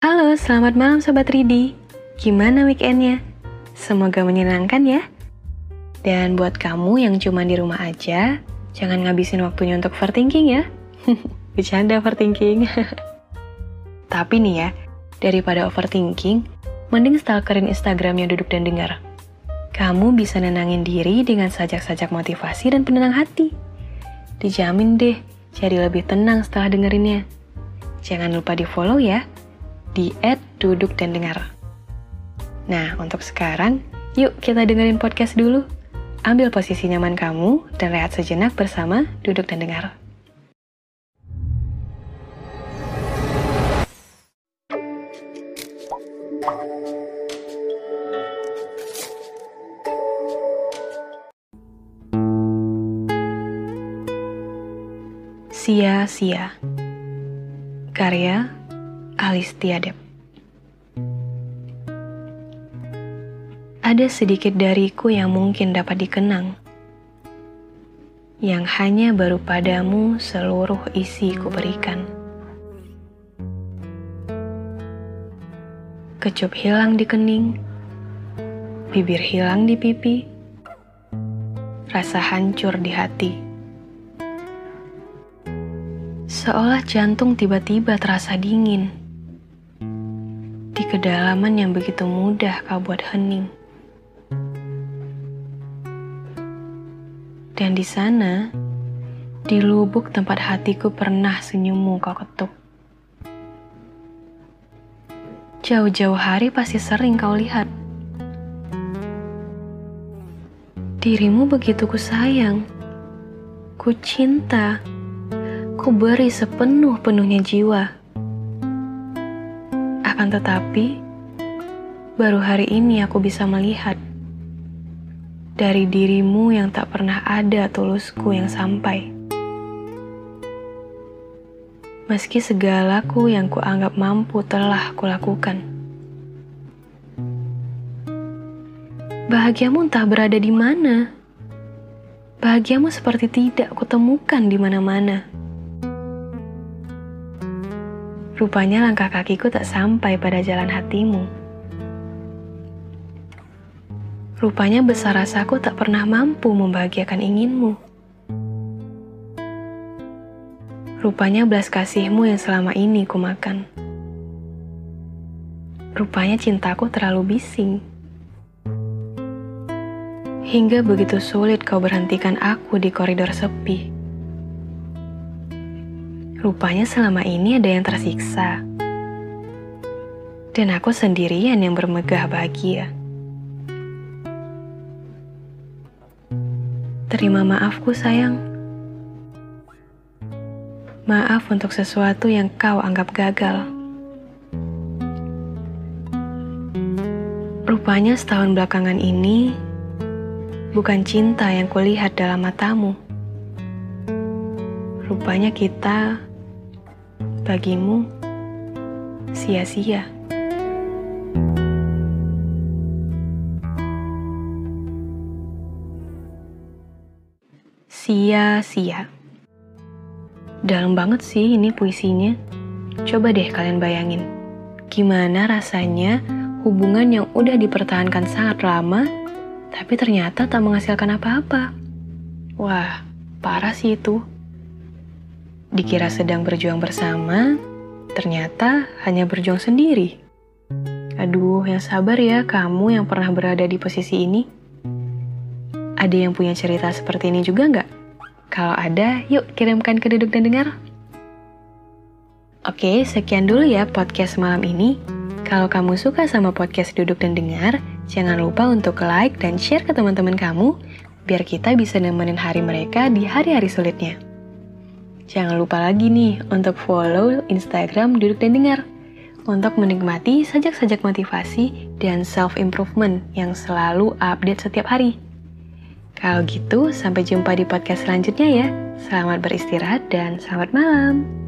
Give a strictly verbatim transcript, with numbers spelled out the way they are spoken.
Halo, selamat malam Sobat Ridi. Gimana weekendnya? Semoga menyenangkan ya. Dan buat kamu yang cuma di rumah aja, jangan ngabisin waktunya untuk overthinking ya. Bercanda overthinking. Tapi nih ya, daripada overthinking, mending stalkerin Instagramnya Duduk dan Dengar. Kamu bisa nenangin diri dengan sajak-sajak motivasi dan penenang hati. Dijamin deh, jadi lebih tenang setelah dengerinnya. Jangan lupa di follow ya, di et duduk dan dengar. Nah, untuk sekarang, yuk kita dengerin podcast dulu. Ambil posisi nyaman kamu dan rehat sejenak bersama Duduk dan Dengar. Sia-sia. Karya Alis Tiadep. Ada sedikit dariku yang mungkin dapat dikenang, yang hanya baru padamu seluruh isi ku berikan. Kecup hilang di kening, bibir hilang di pipi, rasa hancur di hati. Seolah jantung tiba-tiba terasa dingin di kedalaman yang begitu mudah kau buat hening. Dan di sana, di lubuk tempat hatiku pernah senyummu kau ketuk. Jauh-jauh hari pasti sering kau lihat. Dirimu begitu ku sayang, ku cinta, ku beri sepenuh-penuhnya jiwa. Akan tetapi, baru hari ini aku bisa melihat dari dirimu yang tak pernah ada tulusku yang sampai. Meski segalaku yang kuanggap mampu telah kulakukan. Bahagiamu entah berada di mana. Bahagiamu seperti tidak kutemukan di mana-mana. Rupanya langkah kakiku tak sampai pada jalan hatimu. Rupanya besar rasaku tak pernah mampu membahagiakan inginmu. Rupanya belas kasihmu yang selama ini ku makan. Rupanya cintaku terlalu bising. Hingga begitu sulit kau berhentikan aku di koridor sepi. Rupanya selama ini ada yang tersiksa. Dan aku sendirian yang bermegah bahagia. Terima maafku sayang. Maaf untuk sesuatu yang kau anggap gagal. Rupanya setahun belakangan ini bukan cinta yang kulihat dalam matamu. Rupanya kita, bagimu, sia-sia. Sia-sia. Dalam banget sih ini puisinya. Coba deh kalian bayangin. Gimana rasanya hubungan yang udah dipertahankan sangat lama, tapi ternyata tak menghasilkan apa-apa. Wah, parah sih itu. Dikira sedang berjuang bersama, ternyata hanya berjuang sendiri. Aduh, yang sabar ya kamu yang pernah berada di posisi ini. Ada yang punya cerita seperti ini juga nggak? Kalau ada, yuk kirimkan ke Duduk dan Dengar. Oke, sekian dulu ya podcast malam ini. Kalau kamu suka sama podcast Duduk dan Dengar, jangan lupa untuk like dan share ke teman-teman kamu, biar kita bisa nemenin hari mereka di hari-hari sulitnya. Jangan lupa lagi nih untuk follow Instagram Duduk dan Dengar untuk menikmati sajak-sajak motivasi dan self-improvement yang selalu update setiap hari. Kalau gitu, sampai jumpa di podcast selanjutnya ya. Selamat beristirahat dan selamat malam.